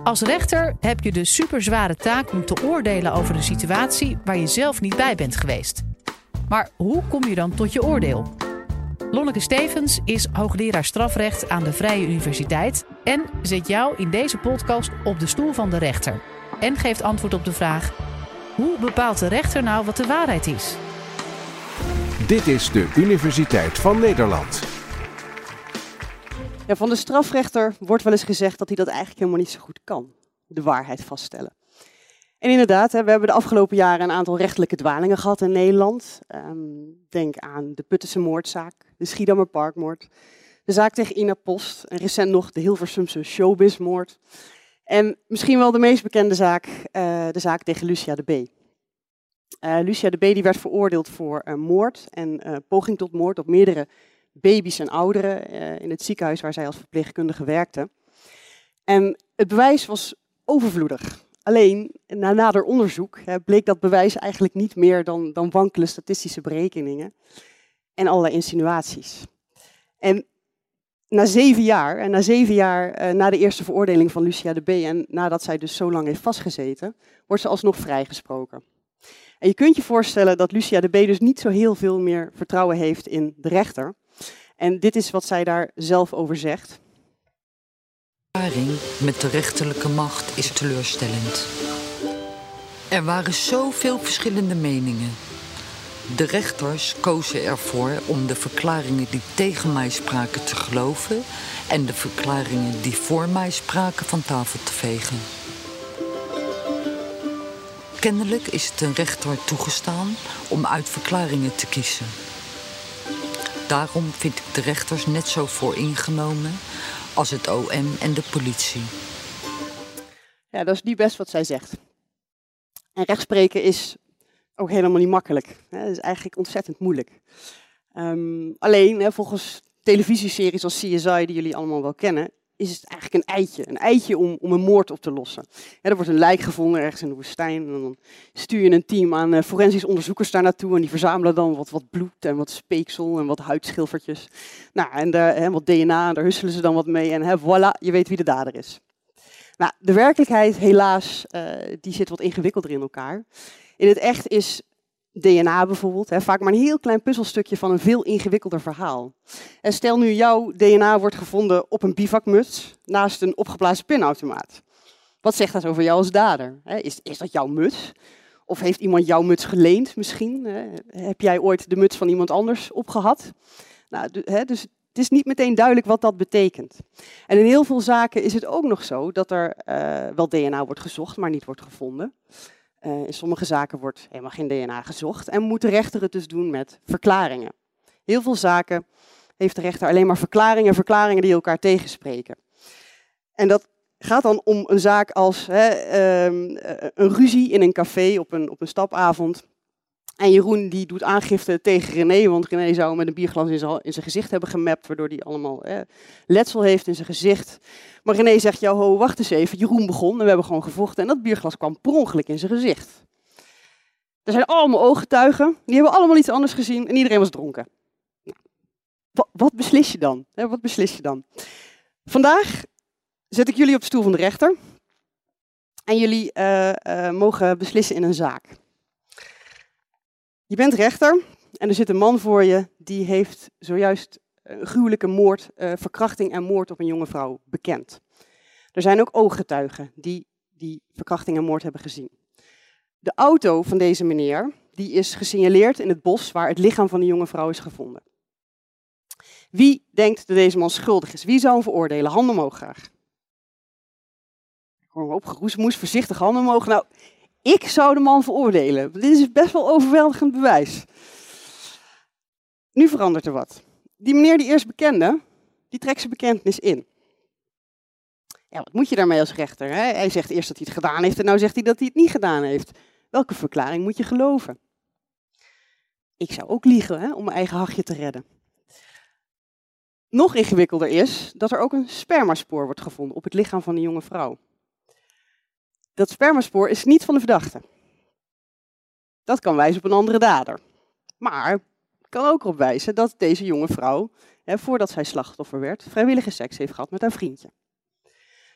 Als rechter heb je de superzware taak om te oordelen over een situatie waar je zelf niet bij bent geweest. Maar hoe kom je dan tot je oordeel? Lonneke Stevens is hoogleraar strafrecht aan de Vrije Universiteit en zet jou in deze podcast op de stoel van de rechter. En geeft antwoord op de vraag: hoe bepaalt de rechter nou wat de waarheid is? Dit is de Universiteit van Nederland. Ja, van de strafrechter wordt wel eens gezegd dat hij dat eigenlijk helemaal niet zo goed kan. De waarheid vaststellen. En inderdaad, we hebben de afgelopen jaren een aantal rechtelijke dwalingen gehad in Nederland. Denk aan de Puttense moordzaak, de Schiedammer Parkmoord, de zaak tegen Ina Post en recent nog de Hilversumse showbizmoord. En misschien wel de meest bekende zaak, de zaak tegen Lucia de B. Lucia de B die werd veroordeeld voor moord en poging tot moord op meerdere baby's en ouderen in het ziekenhuis waar zij als verpleegkundige werkte. En het bewijs was overvloedig. Alleen, na nader onderzoek bleek dat bewijs eigenlijk niet meer dan wankele statistische berekeningen en allerlei insinuaties. En na 7 jaar, na de eerste veroordeling van Lucia de B. en nadat zij dus zo lang heeft vastgezeten, wordt ze alsnog vrijgesproken. En je kunt je voorstellen dat Lucia de B. dus niet zo heel veel meer vertrouwen heeft in de rechter. En dit is wat zij daar zelf over zegt. De ervaring met de rechterlijke macht is teleurstellend. Er waren zoveel verschillende meningen. De rechters kozen ervoor om de verklaringen die tegen mij spraken te geloven en de verklaringen die voor mij spraken van tafel te vegen. Kennelijk is het een rechter toegestaan om uit verklaringen te kiezen. Daarom vind ik de rechters net zo vooringenomen als het OM en de politie. Ja, dat is niet best wat zij zegt. En rechtspreken is ook helemaal niet makkelijk. Het is eigenlijk ontzettend moeilijk. Alleen, volgens televisieseries als CSI, die jullie allemaal wel kennen, is het eigenlijk een eitje. Een eitje om een moord op te lossen. Er wordt een lijk gevonden ergens in de woestijn. En dan stuur je een team aan forensisch onderzoekers daar naartoe. En die verzamelen dan wat bloed en wat speeksel en wat huidschilfertjes. Nou, en wat DNA, en daar husselen ze dan wat mee. En voilà, je weet wie de dader is. Nou, de werkelijkheid, helaas, die zit wat ingewikkelder in elkaar. In het echt is DNA bijvoorbeeld vaak maar een heel klein puzzelstukje van een veel ingewikkelder verhaal. En stel nu jouw DNA wordt gevonden op een bivakmuts naast een opgeblazen pinautomaat. Wat zegt dat over jou als dader? Is dat jouw muts? Of heeft iemand jouw muts geleend misschien? Heb jij ooit de muts van iemand anders opgehad? Nou, dus het is niet meteen duidelijk wat dat betekent. En in heel veel zaken is het ook nog zo dat er wel DNA wordt gezocht, maar niet wordt gevonden. In sommige zaken wordt helemaal geen DNA gezocht en moet de rechter het dus doen met verklaringen. Heel veel zaken heeft de rechter alleen maar verklaringen die elkaar tegenspreken. En dat gaat dan om een zaak als een ruzie in een café op een stapavond. En Jeroen die doet aangifte tegen René, want René zou met een bierglas in zijn gezicht hebben gemapt, waardoor hij allemaal letsel heeft in zijn gezicht. Maar René zegt, ho, wacht eens even, Jeroen begon en we hebben gewoon gevochten en dat bierglas kwam per ongeluk in zijn gezicht. Er zijn allemaal ooggetuigen, die hebben allemaal iets anders gezien en iedereen was dronken. Wat beslis je dan? Wat beslis je dan? Vandaag zet ik jullie op de stoel van de rechter en jullie mogen beslissen in een zaak. Je bent rechter en er zit een man voor je die heeft zojuist een gruwelijke moord, verkrachting en moord op een jonge vrouw bekend. Er zijn ook ooggetuigen die verkrachting en moord hebben gezien. De auto van deze meneer die is gesignaleerd in het bos waar het lichaam van de jonge vrouw is gevonden. Wie denkt dat deze man schuldig is? Wie zou hem veroordelen? Handen omhoog graag. Kom op, geroesmoes, voorzichtig handen omhoog. Nou, ik zou de man veroordelen. Dit is best wel overweldigend bewijs. Nu verandert er wat. Die meneer die eerst bekende, die trekt zijn bekentenis in. Ja, wat moet je daarmee als rechter? Hij zegt eerst dat hij het gedaan heeft en nu zegt hij dat hij het niet gedaan heeft. Welke verklaring moet je geloven? Ik zou ook liegen om mijn eigen hachje te redden. Nog ingewikkelder is dat er ook een spermaspoor wordt gevonden op het lichaam van de jonge vrouw. Dat spermaspoor is niet van de verdachte. Dat kan wijzen op een andere dader. Maar kan ook erop wijzen dat deze jonge vrouw, voordat zij slachtoffer werd, vrijwillige seks heeft gehad met haar vriendje.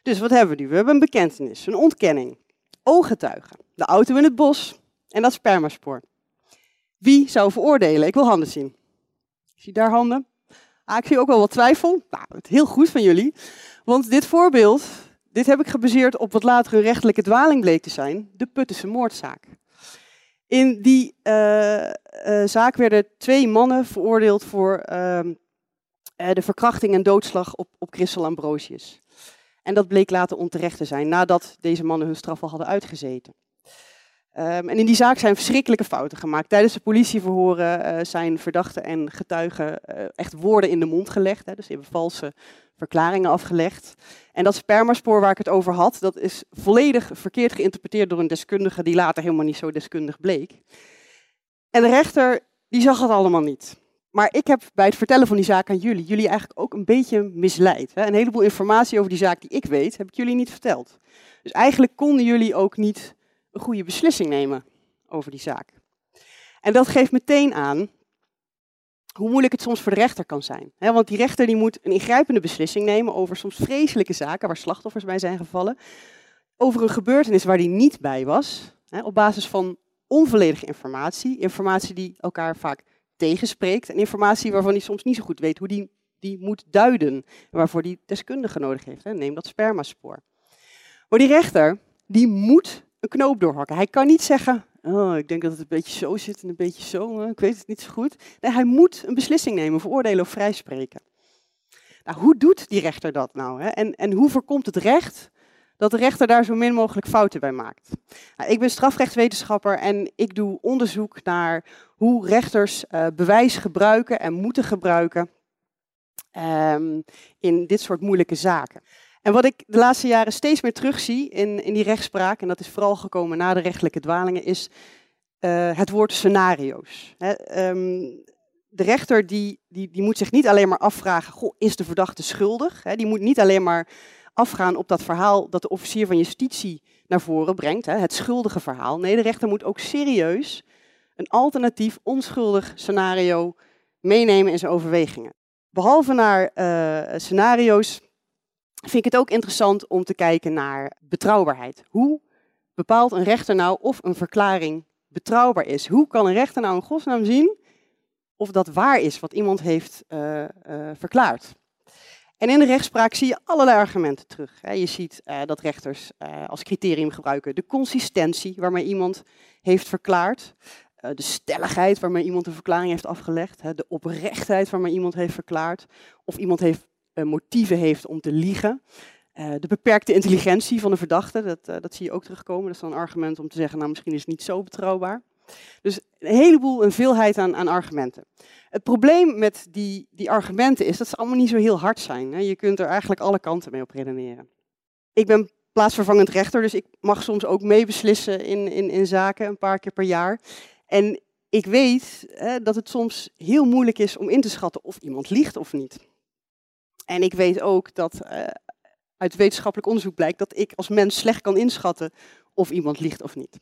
Dus wat hebben we nu? We hebben een bekentenis, een ontkenning, ooggetuigen, de auto in het bos en dat spermaspoor. Wie zou veroordelen? Ik wil handen zien. Ik zie daar handen. Ik zie ook wel wat twijfel. Nou, heel goed van jullie. Want dit voorbeeld, dit heb ik gebaseerd op wat later een rechtelijke dwaling bleek te zijn, de Puttense moordzaak. In die zaak werden 2 mannen veroordeeld voor de verkrachting en doodslag op Christel Ambrosius. En dat bleek later onterecht te zijn, nadat deze mannen hun straf al hadden uitgezeten. En in die zaak zijn verschrikkelijke fouten gemaakt. Tijdens de politieverhoren zijn verdachten en getuigen echt woorden in de mond gelegd. Dus ze hebben valse verklaringen afgelegd. En dat spermaspoor waar ik het over had, dat is volledig verkeerd geïnterpreteerd door een deskundige die later helemaal niet zo deskundig bleek. En de rechter, die zag het allemaal niet. Maar ik heb bij het vertellen van die zaak aan jullie eigenlijk ook een beetje misleid. Een heleboel informatie over die zaak die ik weet, heb ik jullie niet verteld. Dus eigenlijk konden jullie ook niet een goede beslissing nemen over die zaak. En dat geeft meteen aan hoe moeilijk het soms voor de rechter kan zijn. Want die rechter die moet een ingrijpende beslissing nemen over soms vreselijke zaken waar slachtoffers bij zijn gevallen. Over een gebeurtenis waar die niet bij was. Op basis van onvolledige informatie. Informatie die elkaar vaak tegenspreekt. En informatie waarvan hij soms niet zo goed weet hoe die moet duiden. En waarvoor die deskundige nodig heeft. Neem dat spermaspoor. Maar die rechter, die moet een knoop doorhakken. Hij kan niet zeggen, oh, ik denk dat het een beetje zo zit en een beetje zo, ik weet het niet zo goed. Nee, hij moet een beslissing nemen, veroordelen of vrijspreken. Nou, hoe doet die rechter dat nou? En hoe voorkomt het recht dat de rechter daar zo min mogelijk fouten bij maakt? Nou, ik ben strafrechtswetenschapper en ik doe onderzoek naar hoe rechters bewijs gebruiken en moeten gebruiken in dit soort moeilijke zaken. En wat ik de laatste jaren steeds meer terugzie in die rechtspraak, en dat is vooral gekomen na de rechtelijke dwalingen, is het woord scenario's. De rechter die moet zich niet alleen maar afvragen, goh, is de verdachte schuldig? Die moet niet alleen maar afgaan op dat verhaal dat de officier van justitie naar voren brengt, het schuldige verhaal. Nee, de rechter moet ook serieus een alternatief onschuldig scenario meenemen in zijn overwegingen. Behalve naar scenario's vind ik het ook interessant om te kijken naar betrouwbaarheid. Hoe bepaalt een rechter nou of een verklaring betrouwbaar is? Hoe kan een rechter nou in godsnaam zien of dat waar is wat iemand heeft verklaard? En in de rechtspraak zie je allerlei argumenten terug. Je ziet dat rechters als criterium gebruiken de consistentie waarmee iemand heeft verklaard, de stelligheid waarmee iemand een verklaring heeft afgelegd, de oprechtheid waarmee iemand heeft verklaard, of iemand motieven heeft om te liegen. De beperkte intelligentie van de verdachte, dat zie je ook terugkomen. Dat is dan een argument om te zeggen, nou misschien is het niet zo betrouwbaar. Dus een veelheid aan argumenten. Het probleem met die argumenten is dat ze allemaal niet zo heel hard zijn. Je kunt er eigenlijk alle kanten mee op redeneren. Ik ben plaatsvervangend rechter, dus ik mag soms ook meebeslissen in zaken een paar keer per jaar. En ik weet dat het soms heel moeilijk is om in te schatten of iemand liegt of niet. En ik weet ook dat uit wetenschappelijk onderzoek blijkt dat ik als mens slecht kan inschatten of iemand liegt of niet.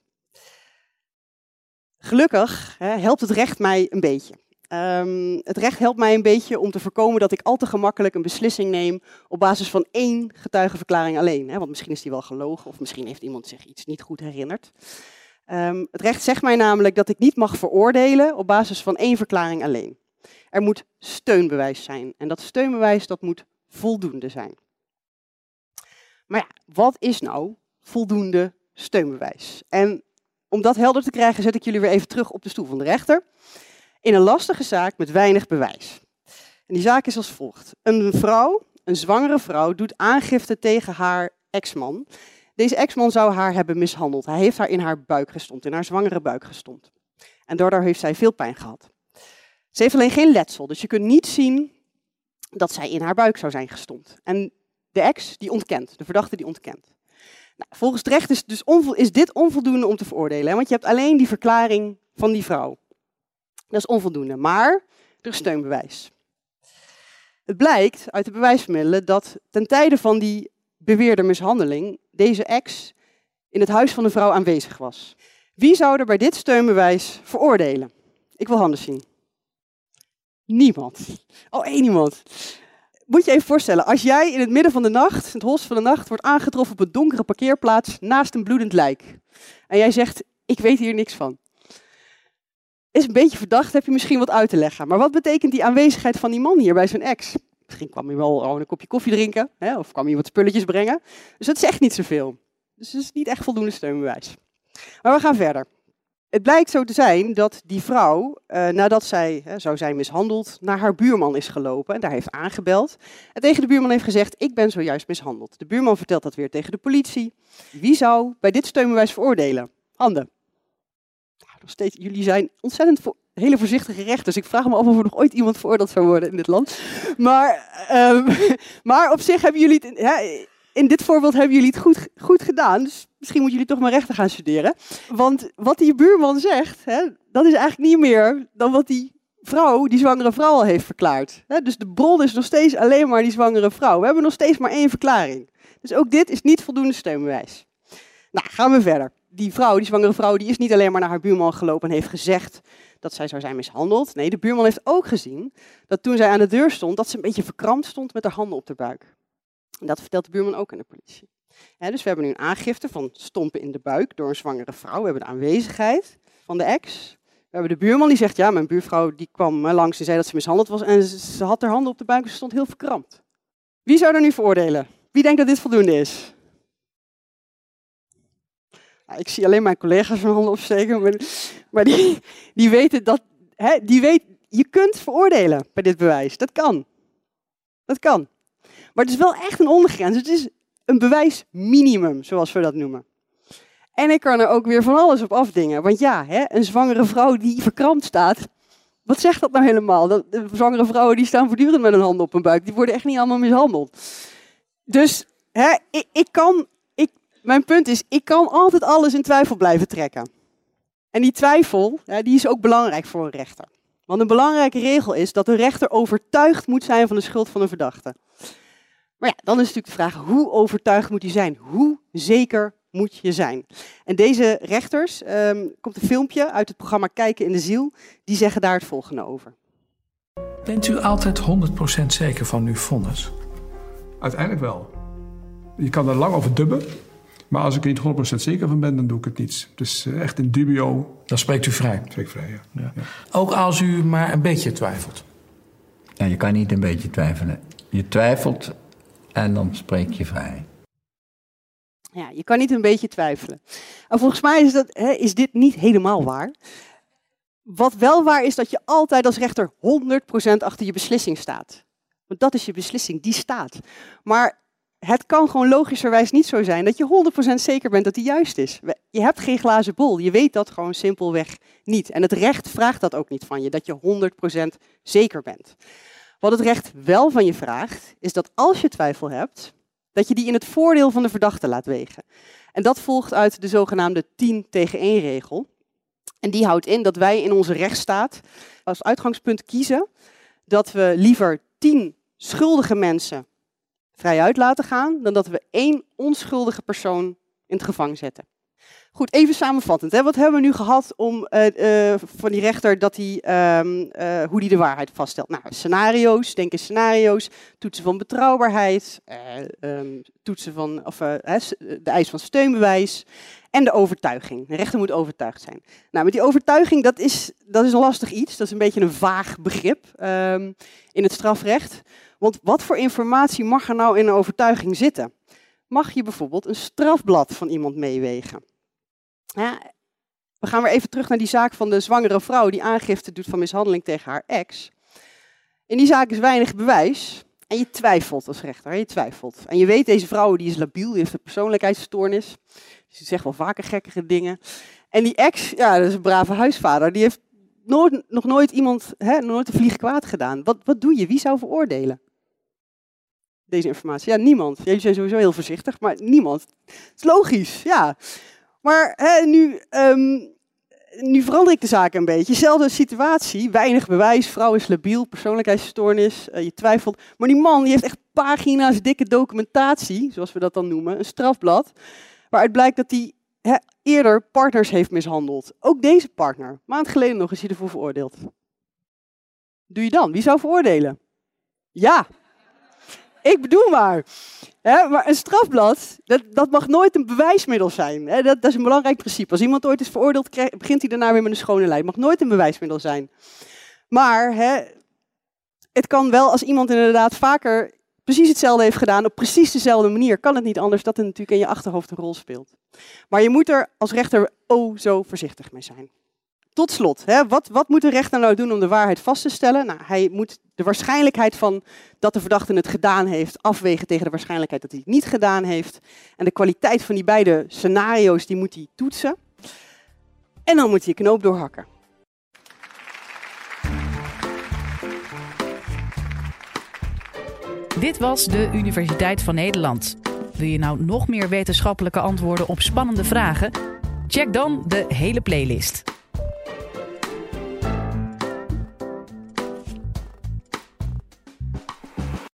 Gelukkig helpt het recht mij een beetje. Het recht helpt mij een beetje om te voorkomen dat ik al te gemakkelijk een beslissing neem op basis van 1 getuigenverklaring alleen. Want misschien is die wel gelogen of misschien heeft iemand zich iets niet goed herinnerd. Het recht zegt mij namelijk dat ik niet mag veroordelen op basis van 1 verklaring alleen. Er moet steunbewijs zijn en dat steunbewijs dat moet voldoende zijn. Maar ja, wat is nou voldoende steunbewijs? En om dat helder te krijgen zet ik jullie weer even terug op de stoel van de rechter. In een lastige zaak met weinig bewijs. En die zaak is als volgt. Een zwangere vrouw, doet aangifte tegen haar ex-man. Deze ex-man zou haar hebben mishandeld. Hij heeft haar in haar buik gestompt, in haar zwangere buik gestompt. En daardoor heeft zij veel pijn gehad. Ze heeft alleen geen letsel, dus je kunt niet zien dat zij in haar buik zou zijn gestompt. En de ex, die ontkent, de verdachte die ontkent. Nou, volgens het recht is dit onvoldoende om te veroordelen, want je hebt alleen die verklaring van die vrouw. Dat is onvoldoende, maar er is steunbewijs. Het blijkt uit de bewijsmiddelen dat ten tijde van die beweerde mishandeling deze ex in het huis van de vrouw aanwezig was. Wie zou er bij dit steunbewijs veroordelen? Ik wil handen zien. Niemand. Oh, 1 iemand. Moet je even voorstellen, als jij in het midden van de nacht, het holst van de nacht, wordt aangetroffen op een donkere parkeerplaats naast een bloedend lijk. En jij zegt, ik weet hier niks van. Is een beetje verdacht, heb je misschien wat uit te leggen. Maar wat betekent die aanwezigheid van die man hier bij zijn ex? Misschien kwam hij wel gewoon een kopje koffie drinken, hè, of kwam hij wat spulletjes brengen. Dus dat is echt niet zoveel. Dus het is niet echt voldoende steunbewijs. Maar we gaan verder. Het blijkt zo te zijn dat die vrouw, nadat zij zou zijn mishandeld, naar haar buurman is gelopen en daar heeft aangebeld. En tegen de buurman heeft gezegd, ik ben zojuist mishandeld. De buurman vertelt dat weer tegen de politie. Wie zou bij dit steunbewijs veroordelen? Handen. Nou, nog steeds, jullie zijn ontzettend hele voorzichtige rechters. Ik vraag me af of er nog ooit iemand veroordeeld zou worden in dit land. Maar op zich hebben jullie het... In dit voorbeeld hebben jullie het goed gedaan, dus misschien moeten jullie toch maar rechten gaan studeren. Want wat die buurman zegt, dat is eigenlijk niet meer dan wat die zwangere vrouw al heeft verklaard. Dus de bron is nog steeds alleen maar die zwangere vrouw. We hebben nog steeds maar één verklaring. Dus ook dit is niet voldoende steunbewijs. Nou, gaan we verder. Die zwangere vrouw, die is niet alleen maar naar haar buurman gelopen en heeft gezegd dat zij zou zijn mishandeld. Nee, de buurman heeft ook gezien dat toen zij aan de deur stond, dat ze een beetje verkrampt stond met haar handen op de buik. En dat vertelt de buurman ook aan de politie. Dus we hebben nu een aangifte van stompen in de buik door een zwangere vrouw. We hebben de aanwezigheid van de ex. We hebben de buurman die zegt, ja, mijn buurvrouw die kwam langs en zei dat ze mishandeld was. En ze had haar handen op de buik en ze stond heel verkrampt. Wie zou er nu veroordelen? Wie denkt dat dit voldoende is? Nou, ik zie alleen mijn collega's hun handen opsteken. Maar die weten dat... je kunt veroordelen bij dit bewijs. Dat kan. Dat kan. Maar het is wel echt een ondergrens. Het is een bewijsminimum, zoals we dat noemen. En ik kan er ook weer van alles op afdingen. Want ja, een zwangere vrouw die verkrampt staat. Wat zegt dat nou helemaal? De zwangere vrouwen die staan voortdurend met hun handen op hun buik. Die worden echt niet allemaal mishandeld. Dus mijn punt is, ik kan altijd alles in twijfel blijven trekken. En die twijfel, die is ook belangrijk voor een rechter. Want een belangrijke regel is dat de rechter overtuigd moet zijn van de schuld van een verdachte. Maar ja, dan is natuurlijk de vraag, hoe overtuigd moet hij zijn? Hoe zeker moet je zijn? En deze rechters, komt een filmpje uit het programma Kijken in de Ziel, die zeggen daar het volgende over. Bent u altijd 100% zeker van uw vonnis? Uiteindelijk wel. Je kan er lang over dubben, maar als ik er niet 100% zeker van ben, dan doe ik het niet. Dus echt in dubio. Dan spreekt u vrij? Spreek vrij, ja. Ja. Ook als u maar een beetje twijfelt? Ja, je kan niet een beetje twijfelen. Je twijfelt en dan spreek je vrij. Ja, je kan niet een beetje twijfelen. En volgens mij is dit niet helemaal waar. Wat wel waar is, dat je altijd als rechter 100% achter je beslissing staat. Want dat is je beslissing, die staat. Maar het kan gewoon logischerwijs niet zo zijn dat je 100% zeker bent dat die juist is. Je hebt geen glazen bol, je weet dat gewoon simpelweg niet. En het recht vraagt dat ook niet van je, dat je 100% zeker bent. Wat het recht wel van je vraagt, is dat als je twijfel hebt, dat je die in het voordeel van de verdachte laat wegen. En dat volgt uit de zogenaamde 10-tegen-1-regel. En die houdt in dat wij in onze rechtsstaat als uitgangspunt kiezen dat we liever 10 schuldige mensen vrijuit laten gaan, dan dat we 1 onschuldige persoon in het gevangen zetten. Goed, even samenvattend. Wat hebben we nu gehad om van die rechter dat hoe die de waarheid vaststelt? Nou, scenario's, denken scenario's, toetsen van betrouwbaarheid, toetsen van, de eis van steunbewijs en de overtuiging. De rechter moet overtuigd zijn. Nou, met die overtuiging, dat is een lastig iets. Dat is een beetje een vaag begrip in het strafrecht. Want wat voor informatie mag er nou in een overtuiging zitten? Mag je bijvoorbeeld een strafblad van iemand meewegen? Ja, we gaan weer even terug naar die zaak van de zwangere vrouw die aangifte doet van mishandeling tegen haar ex. In die zaak is weinig bewijs en je twijfelt als rechter. Je twijfelt. En je weet, deze vrouw die is labiel, die heeft een persoonlijkheidsstoornis. Dus die zegt wel vaker gekkere dingen. En die ex, ja, dat is een brave huisvader, die heeft nog nooit iemand, nooit een vlieg kwaad gedaan. Wat doe je? Wie zou veroordelen? Deze informatie. Ja, niemand. Jullie zijn sowieso heel voorzichtig, maar niemand. Het is logisch, ja. Maar nu verander ik de zaak een beetje. Zelfde situatie, weinig bewijs, vrouw is labiel, persoonlijkheidsstoornis, je twijfelt. Maar die man die heeft echt pagina's dikke documentatie, zoals we dat dan noemen, een strafblad, waaruit blijkt dat hij eerder partners heeft mishandeld. Ook deze partner. Een maand geleden nog is hij ervoor veroordeeld. Doe je dan? Wie zou veroordelen? Ja. Ik bedoel maar. Maar een strafblad, dat mag nooit een bewijsmiddel zijn. Dat is een belangrijk principe. Als iemand ooit is veroordeeld, begint hij daarna weer met een schone lei. Het mag nooit een bewijsmiddel zijn. Maar het kan wel, als iemand inderdaad vaker precies hetzelfde heeft gedaan, op precies dezelfde manier, kan het niet anders dat het natuurlijk in je achterhoofd een rol speelt. Maar je moet er als rechter zo voorzichtig mee zijn. Tot slot, wat moet de rechter nou doen om de waarheid vast te stellen? Nou, hij moet de waarschijnlijkheid van dat de verdachte het gedaan heeft afwegen tegen de waarschijnlijkheid dat hij het niet gedaan heeft. En de kwaliteit van die beide scenario's, die moet hij toetsen. En dan moet hij je knoop doorhakken. Dit was de Universiteit van Nederland. Wil je nou nog meer wetenschappelijke antwoorden op spannende vragen? Check dan de hele playlist.